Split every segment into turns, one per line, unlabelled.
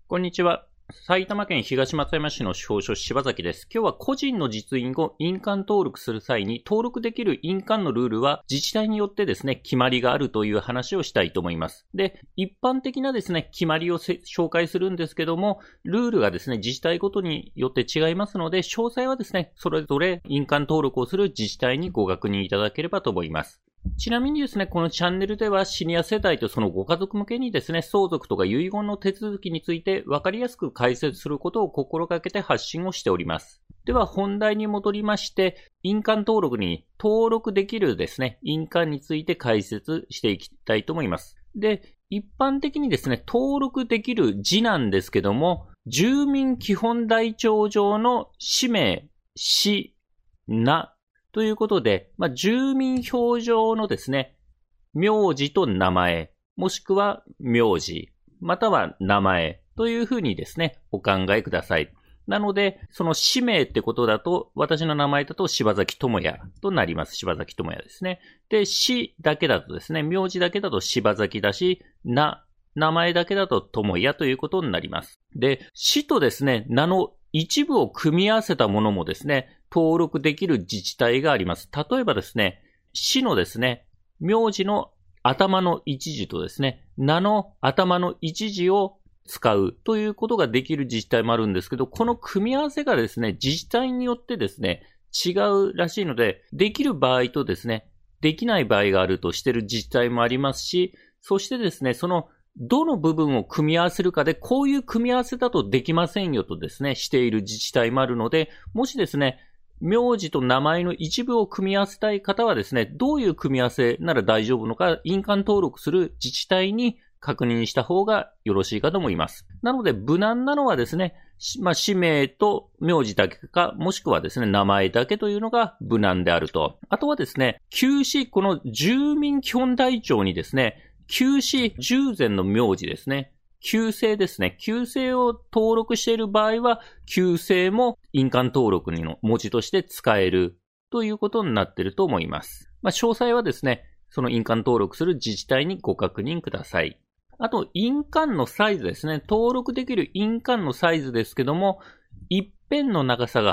こんにちは。埼玉県東松山市の司法書柴崎です。今日は個人の実印を印鑑登録する際に登録できる印鑑のルールは自治体によってですね、決まりがあるという話をしたいと思います。で、一般的なですね、決まりを紹介するんですけども、ルールがですね、自治体ごとによって違いますので、詳細はですね、それぞれ印鑑登録をする自治体にご確認いただければと思います。ちなみにですね、このチャンネルではシニア世帯とそのご家族向けにですね、相続とか遺言の手続きについて分かりやすく解説することを心がけて発信をしております。では本題に戻りまして、印鑑登録に登録できるですね、印鑑について解説していきたいと思います。で、一般的にですね、登録できる字なんですけども、住民基本台帳上の氏名、氏、名、ということで、住民票上のですね、名字と名前、もしくは名字、または名前というふうにですね、お考えください。なので、その氏名ってことだと、私の名前だと柴崎智也となります。柴崎智也ですね。で、氏だけだとですね、名字だけだと柴崎だし、名前だけだと智也ということになります。で、氏とですね、名の一部を組み合わせたものもですね、登録できる自治体があります。例えばですね、氏のですね、名字の頭の一字とですね、名の頭の一字を使うということができる自治体もあるんですけど、この組み合わせがですね、自治体によってですね、違うらしいので、できる場合とですね、できない場合があるとしている自治体もありますし、そしてですね、そのどの部分を組み合わせるかで、こういう組み合わせだとできませんよとですね、している自治体もあるので、もしですね、名字と名前の一部を組み合わせたい方はですね、どういう組み合わせなら大丈夫のか、印鑑登録する自治体に確認した方がよろしいかと思います。なので、無難なのはですね、氏名と名字だけか、もしくはですね、名前だけというのが無難であると。あとはですね、旧氏、この住民基本台帳にですね、旧氏従前の名字ですね。旧姓ですね。旧姓を登録している場合は、旧姓も印鑑登録の文字として使えるということになっていると思います。詳細はですね、その印鑑登録する自治体にご確認ください。あと、印鑑のサイズですね。登録できる印鑑のサイズですけども、一辺の長さが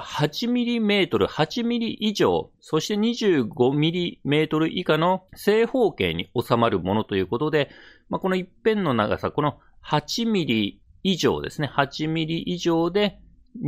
8mm、8mm 以上、そして 25mm 以下の正方形に収まるものということで、この一辺の長さ、この 8mm 以上ですね。8mm 以上で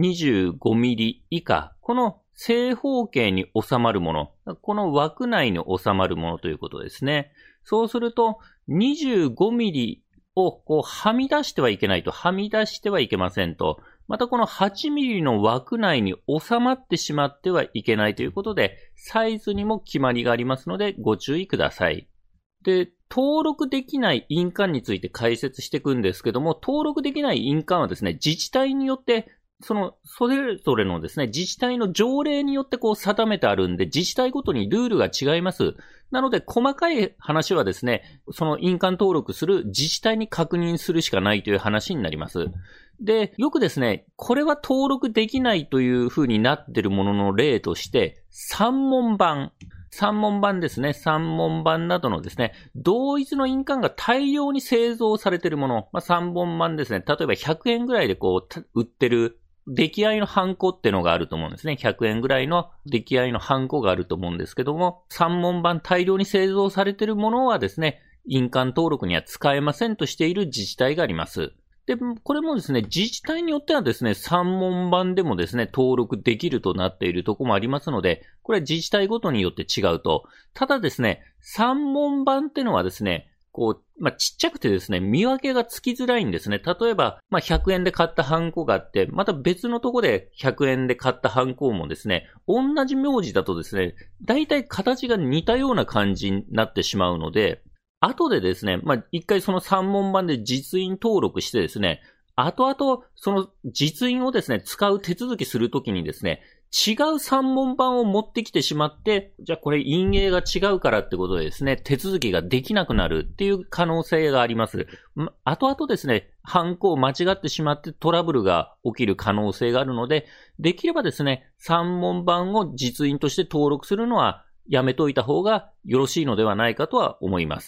25mm 以下、この正方形に収まるもの、この枠内に収まるものということですね。そうすると、25mm をはみ出してはいけないと、はみ出してはいけませんと。またこの 8mm の枠内に収まってしまってはいけないということで、サイズにも決まりがありますのでご注意ください。で、登録できない印鑑について解説していくんですけども、登録できない印鑑はですね、自治体によってそれぞれのですね、自治体の条例によって定めてあるんで、自治体ごとにルールが違います。なので、細かい話はですね、その印鑑登録する自治体に確認するしかないという話になります。で、よくですね、これは登録できないという風になっているものの例として、三文版ですね。三文版などのですね、同一の印鑑が大量に製造されているもの、三本版ですね。例えば100円ぐらいで売ってる出来合いのハンコってのがあると思うんですね。100円ぐらいの出来合いのハンコがあると思うんですけども、三文版大量に製造されているものはですね、印鑑登録には使えませんとしている自治体があります。で、これもですね、自治体によってはですね、三文版でもですね、登録できるとなっているところもありますので、これは自治体ごとによって違うと。ただですね、三文版ってのはですね、ちっちゃくてですね、見分けがつきづらいんですね。例えば、100円で買ったハンコがあって、また別のとこで100円で買ったハンコもですね、同じ名字だとですね、大体形が似たような感じになってしまうので、後でですね、一回その三文版で実印登録してですね、後々その実印をですね、使う手続きするときにですね、違う三文版を持ってきてしまって、じゃあこれ印影が違うからってことでですね、手続きができなくなるっていう可能性があります。後々ですね、ハンコを間違ってしまってトラブルが起きる可能性があるので、できればですね、三文版を実印として登録するのはやめといた方がよろしいのではないかとは思います。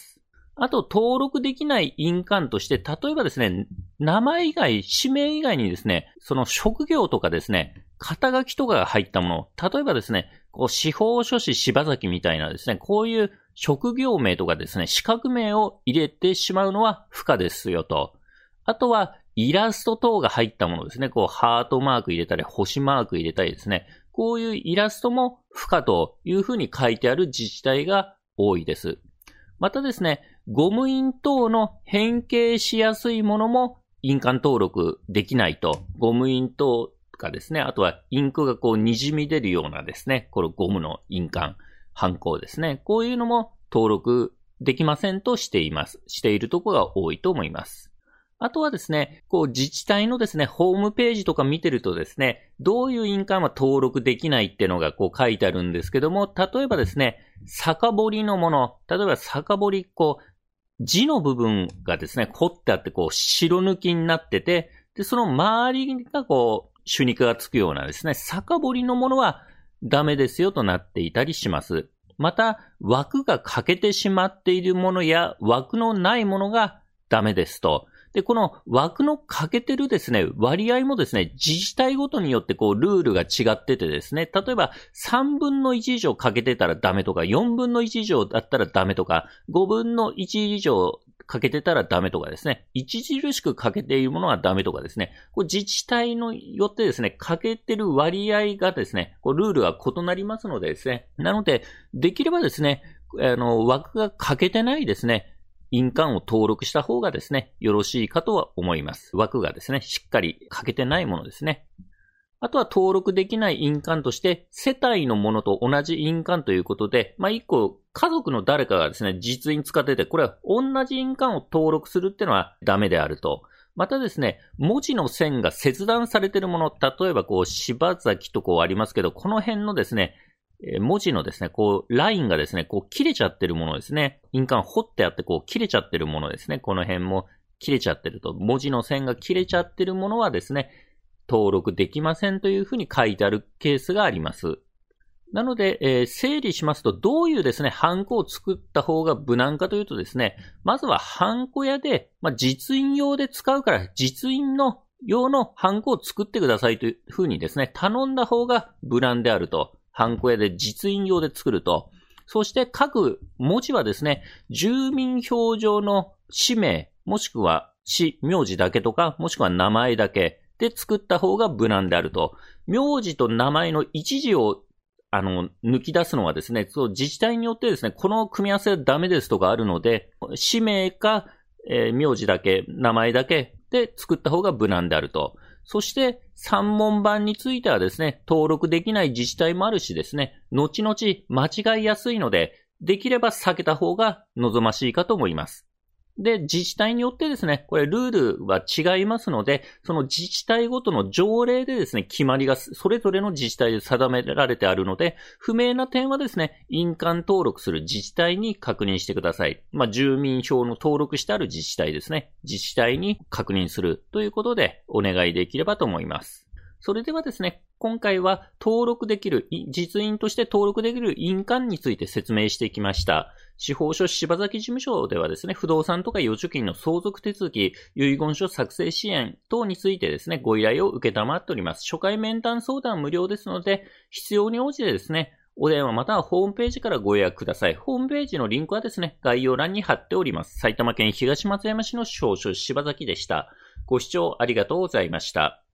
あと、登録できない印鑑として、例えばですね、名前以外、氏名以外にですね、その職業とかですね、肩書きとかが入ったもの、例えばですね、司法書士柴崎みたいなですね、こういう職業名とかですね、資格名を入れてしまうのは不可ですよと。あとは、イラスト等が入ったものですね、ハートマーク入れたり、星マーク入れたりですね、こういうイラストも不可というふうに書いてある自治体が多いです。またですね、ゴム印等の変形しやすいものも印鑑登録できないと。ゴム印等かですね、あとはインクが滲み出るようなですね、このゴムの印鑑、ハンコですね。こういうのも登録できませんとしています。しているところが多いと思います。あとはですね、自治体のですね、ホームページとか見てるとですね、どういう印鑑は登録できないっていうのが書いてあるんですけども、例えばですね、酒彫りのもの、例えば酒彫り、字の部分がですね、彫ってあって白抜きになってて、で、その周りが朱肉がつくようなですね、酒彫りのものはダメですよとなっていたりします。また、枠が欠けてしまっているものや枠のないものがダメですと。で、この枠の欠けてるですね、割合もですね、自治体ごとによってルールが違っててですね、例えば3分の1以上欠けてたらダメとか、4分の1以上だったらダメとか、5分の1以上欠けてたらダメとかですね、著しく欠けているものはダメとかですね、自治体によってですね、欠けてる割合がですね、ルールが異なりますのでですね、なので、できればですね、枠が欠けてないですね、印鑑を登録した方がですね、よろしいかとは思います。枠がですね、しっかり欠けてないものですね。あとは登録できない印鑑として、世帯のものと同じ印鑑ということで、一個、家族の誰かがですね、実印使ってて、これは同じ印鑑を登録するっていうのはダメであると。またですね、文字の線が切断されているもの、例えば柴崎とありますけど、この辺のですね、文字のですね、ラインがですね、切れちゃってるものですね。印鑑彫ってあって切れちゃってるものですね。この辺も切れちゃってると。文字の線が切れちゃってるものはですね、登録できませんというふうに書いてあるケースがあります。なので、整理しますと、どういうですね、ハンコを作った方が無難かというとですね、まずはハンコ屋で、実印用で使うから、実印の用のハンコを作ってくださいというふうにですね、頼んだ方が無難であると。ハンコ屋で実印用で作ると。そして各文字はですね、住民票上の氏名、もしくは名字だけとか、もしくは名前だけで作った方が無難であると。名字と名前の一字を抜き出すのはですね、自治体によってですね、この組み合わせはダメですとかあるので、氏名か、名字だけ、名前だけで作った方が無難であると。そして、3問版についてはですね、登録できない自治体もあるしですね、後々間違いやすいので、できれば避けた方が望ましいかと思います。で、自治体によってですね、これルールは違いますので、その自治体ごとの条例でですね、決まりがそれぞれの自治体で定められてあるので、不明な点はですね、印鑑登録する自治体に確認してください。住民票の登録してある自治体ですね、自治体に確認するということでお願いできればと思います。それではですね、今回は登録できる、実印として登録できる印鑑について説明してきました。司法書柴崎事務所ではですね、不動産とか預貯金の相続手続き、遺言書作成支援等についてですね、ご依頼を受けたまっております。初回面談相談無料ですので、必要に応じてですね、お電話またはホームページからご予約ください。ホームページのリンクはですね、概要欄に貼っております。埼玉県東松山市の司法書柴崎でした。ご視聴ありがとうございました。